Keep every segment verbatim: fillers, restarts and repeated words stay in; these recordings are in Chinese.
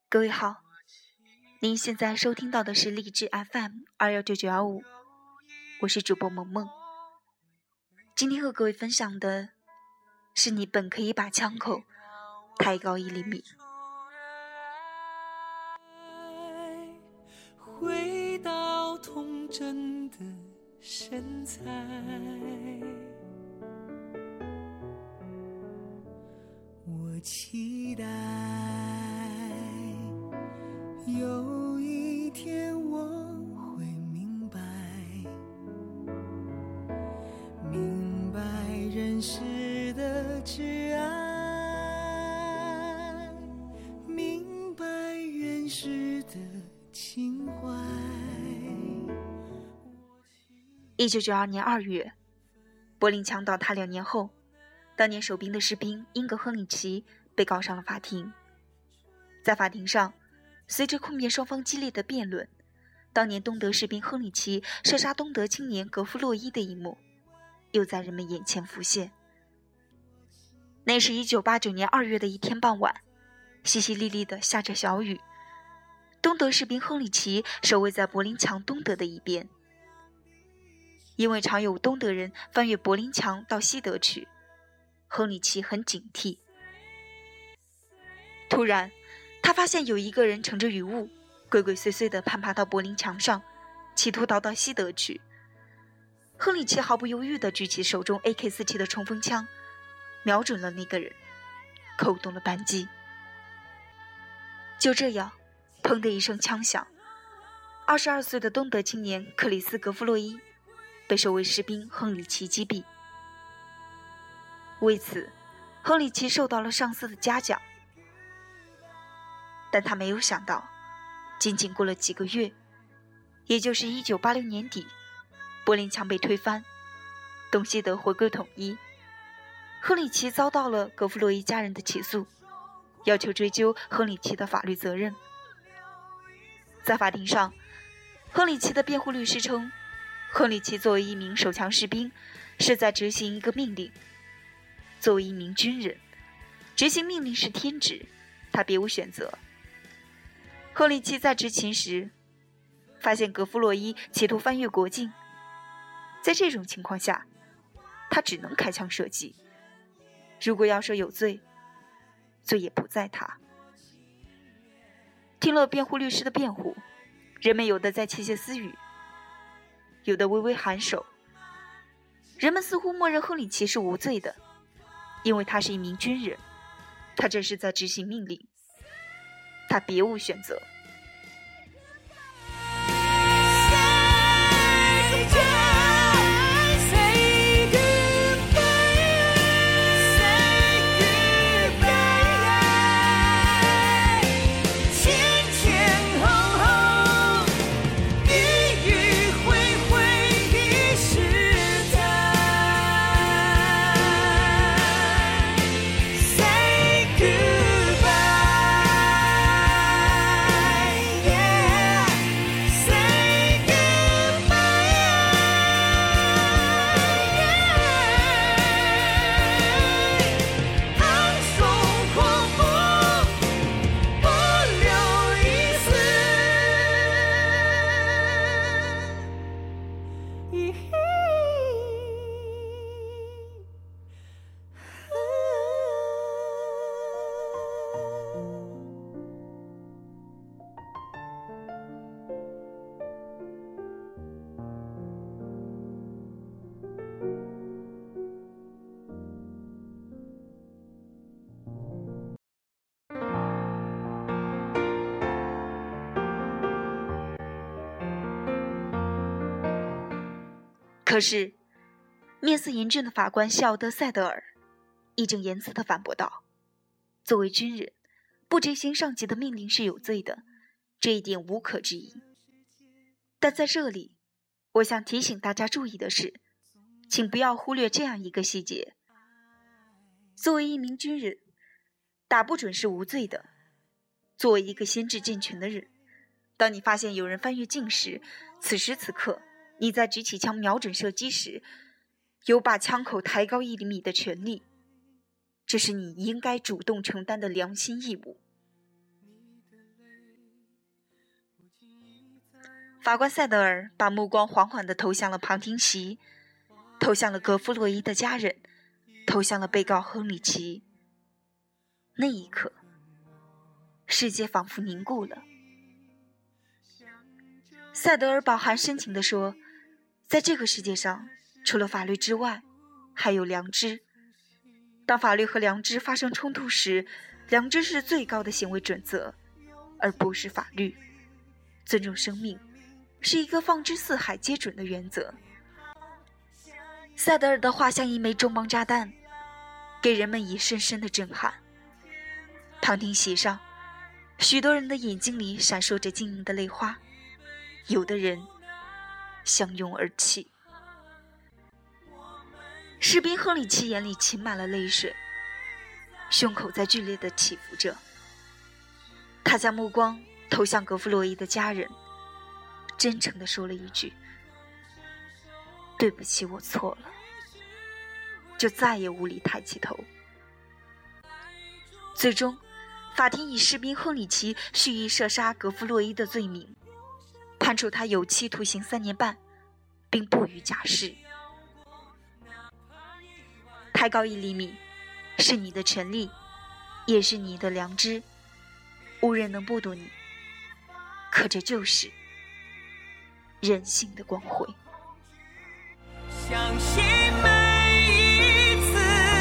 各位好，您现在收听到的是励志 F M 二幺九九幺五，我是主播萌萌。今天和各位分享的是你本可以把枪口抬高一厘米。 回到童真的身材，我期待有一天我会明白，明白人世的挚爱，明白原始的情怀。 一九九二年二月，柏林墙倒塌两年后，当年守兵的士兵英格·亨里奇被告上了法庭。在法庭上，随着控辩双方激烈的辩论，当年东德士兵亨里奇射杀东德青年格夫洛伊的一幕又在人们眼前浮现。那是一九八九年二月的一天傍晚，淅淅沥沥地下着小雨。东德士兵亨里奇守卫在柏林墙东德的一边，因为常有东德人翻越柏林墙到西德去，亨里奇很警惕。突然，他发现有一个人乘着雨雾，鬼鬼祟祟地攀爬到柏林墙上，企图逃到西德去。亨里奇毫不犹豫地举起手中 A K 四十七 的冲锋枪，瞄准了那个人，扣动了扳机。就这样，砰的一声枪响，二十二岁的东德青年克里斯·格夫洛伊被守卫士兵亨里奇击毙。为此，亨里奇受到了上司的嘉奖。但他没有想到，仅仅过了几个月，也就是一九八六年底，柏林墙被推翻，东西德回归统一。亨里奇遭到了格夫洛伊家人的起诉，要求追究亨里奇的法律责任。在法庭上，亨里奇的辩护律师称，亨里奇作为一名手枪士兵，是在执行一个命令。作为一名军人，执行命令是天职，他别无选择。亨里奇在执勤时，发现格夫洛伊企图翻越国境，在这种情况下，他只能开枪射击。如果要说有罪，罪也不在他。听了辩护律师的辩护，人们有的在窃窃私语，有的微微颔首。人们似乎默认亨里奇是无罪的，因为他是一名军人，他这是在执行命令，他别无选择。可是，面色严峻的法官希奥德·塞德尔义正言辞地反驳道：“作为军人，不执行上级的命令是有罪的，这一点无可置疑。但在这里，我想提醒大家注意的是，请不要忽略这样一个细节：作为一名军人，打不准是无罪的。作为一个心智健全的人，当你发现有人翻越境时，此时此刻你在举起枪瞄准射击时，有把枪口抬高一厘米的权利，这是你应该主动承担的良心义务。 法官塞德尔把目光缓缓地投向了旁听席，投向了格夫洛伊的家人，投向了被告亨里奇。那一刻，世界仿佛凝固了。塞德尔饱含深情地说，在这个世界上，除了法律之外，还有良知。当法律和良知发生冲突时，良知是最高的行为准则，而不是法律。尊重生命是一个放之四海皆准的原则。塞德尔的话像一枚重磅炸弹，给人们以深深的震撼。旁听席上，许多人的眼睛里闪烁着晶莹的泪花，有的人相拥而泣。士兵亨里奇眼里噙满了泪水，胸口在剧烈地起伏着。他将目光投向格夫洛伊的家人，真诚地说了一句：对不起，我错了，就再也无力抬起头。最终，法庭以士兵亨里奇蓄意射杀格夫洛伊的罪名，判处他有期徒刑三年半，并不予假释。抬高一厘米，是你的权利，也是你的良知，无人能剥夺你。可这就是人性的光辉。 相信每一次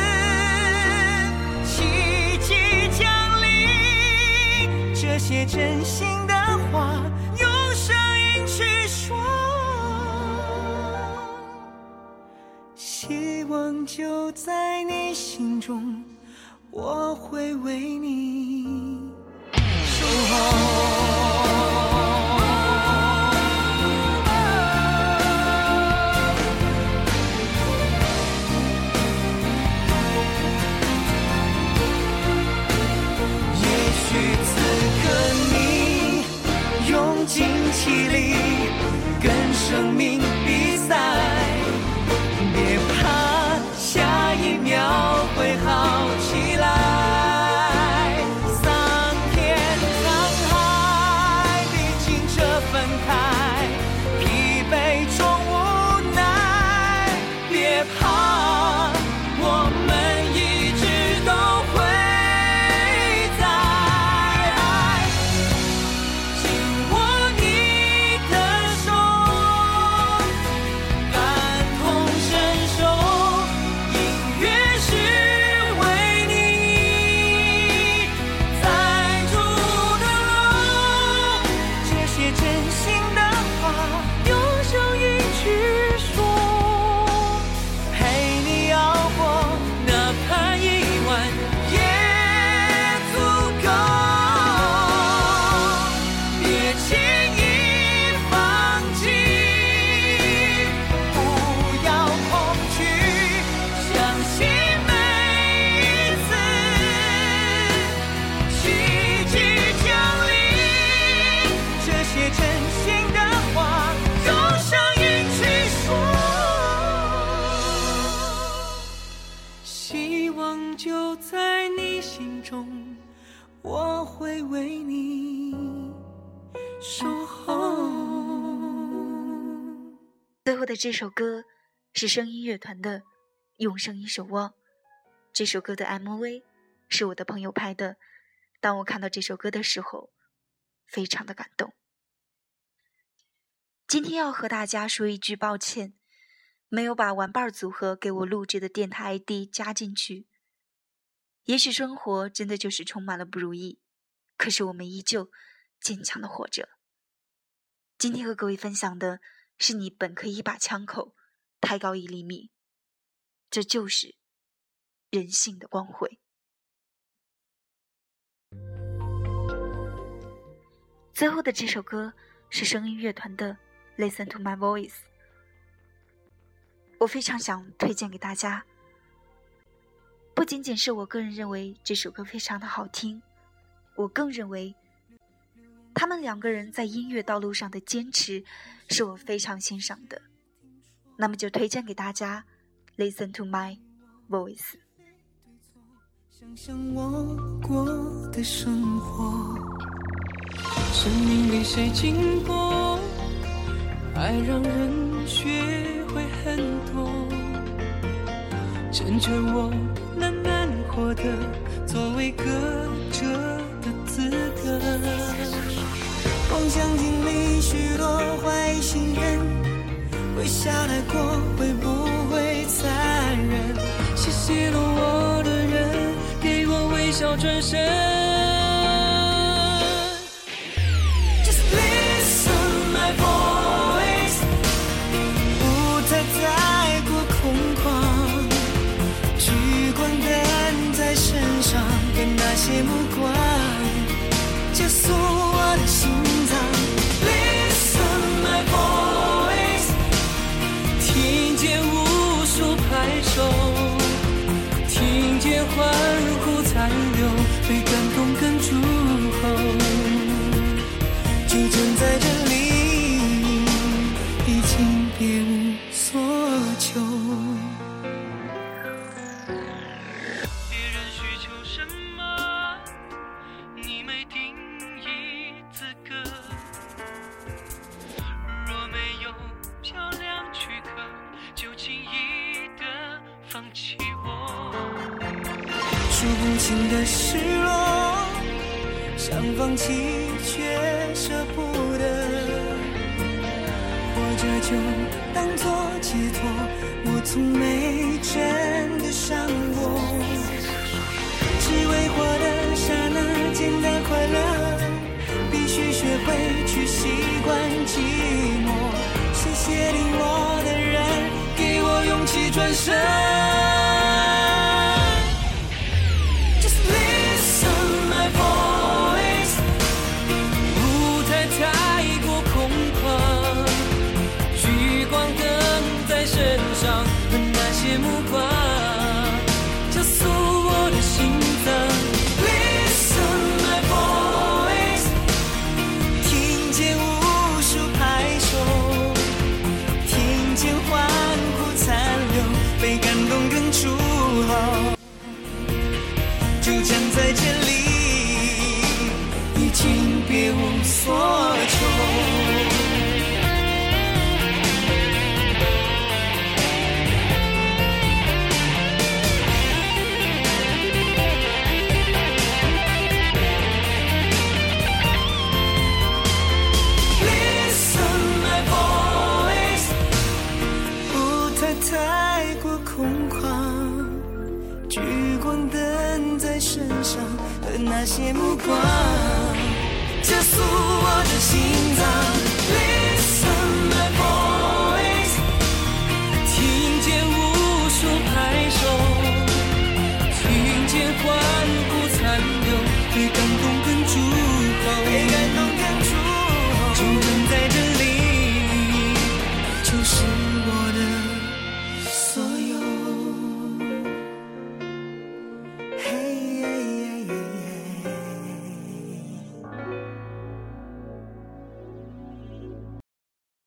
奇迹降临，这些真心的话用声音去说，希望就在你心中，我会为你守候。尽气力跟生命比赛，别怕下一秒会好起来。桑田沧海，历经这分开，疲惫中无奈，别怕，我们一直都会就在你心中，我会为你守候。 最后的这首歌是声音乐团的《用声音守望》，这首歌的 M V 是我的朋友拍的。当我看到这首歌的时候，非常的感动。今天要和大家说一句抱歉，没有把玩伴组合给我录制的电台 I D 加进去。也许生活真的就是充满了不如意，可是我们依旧坚强的活着。今天和各位分享的是你本可以把枪口抬高一厘米，这就是人性的光辉。最后的这首歌是声音乐团的 Listen to my voice， 我非常想推荐给大家。不仅仅是我个人认为这首歌非常的好听，我更认为他们两个人在音乐道路上的坚持是我非常欣赏的。那么就推荐给大家 Listen to my voice。 想想我过的生活， 生命里谁经过，爱让人学会很多，成全我难难获得作为歌者的资格。 梦想经历许多坏心人，会下来过会不会残忍？ 谢谢了我的人，给我微笑转身。 Just listen my voice， 舞台太过空旷，聚光灯在身上，跟那些目光加速我的心脏。Listen my voice， 听见无数拍手，听见欢呼残留，被感动跟祝福。 就站在这里，已经别无所求。 别人需求什么，你没定义资格。若没有漂亮躯壳，就轻易的放弃我。 数不清的失落，想放弃却舍不得，活着就当作解脱，我从没真的想过，只为活的刹那简单快乐，必须学会去习惯寂寞。谢谢听我的人，给我勇气转身。Just listen my voice， 舞台太过空旷，聚光灯在身上，和那些目光加速我的心脏。 Listen my voice， 听见无数拍手，听见欢呼残留，被感动跟祝福。就站在这里，已经别无所求。Listen my voice， 舞台太过空旷，聚光灯在身上，和那些目光加速我的心脏。Listen my voice， 听见无数拍手，听见欢呼残留，被感动跟祝福。 被感动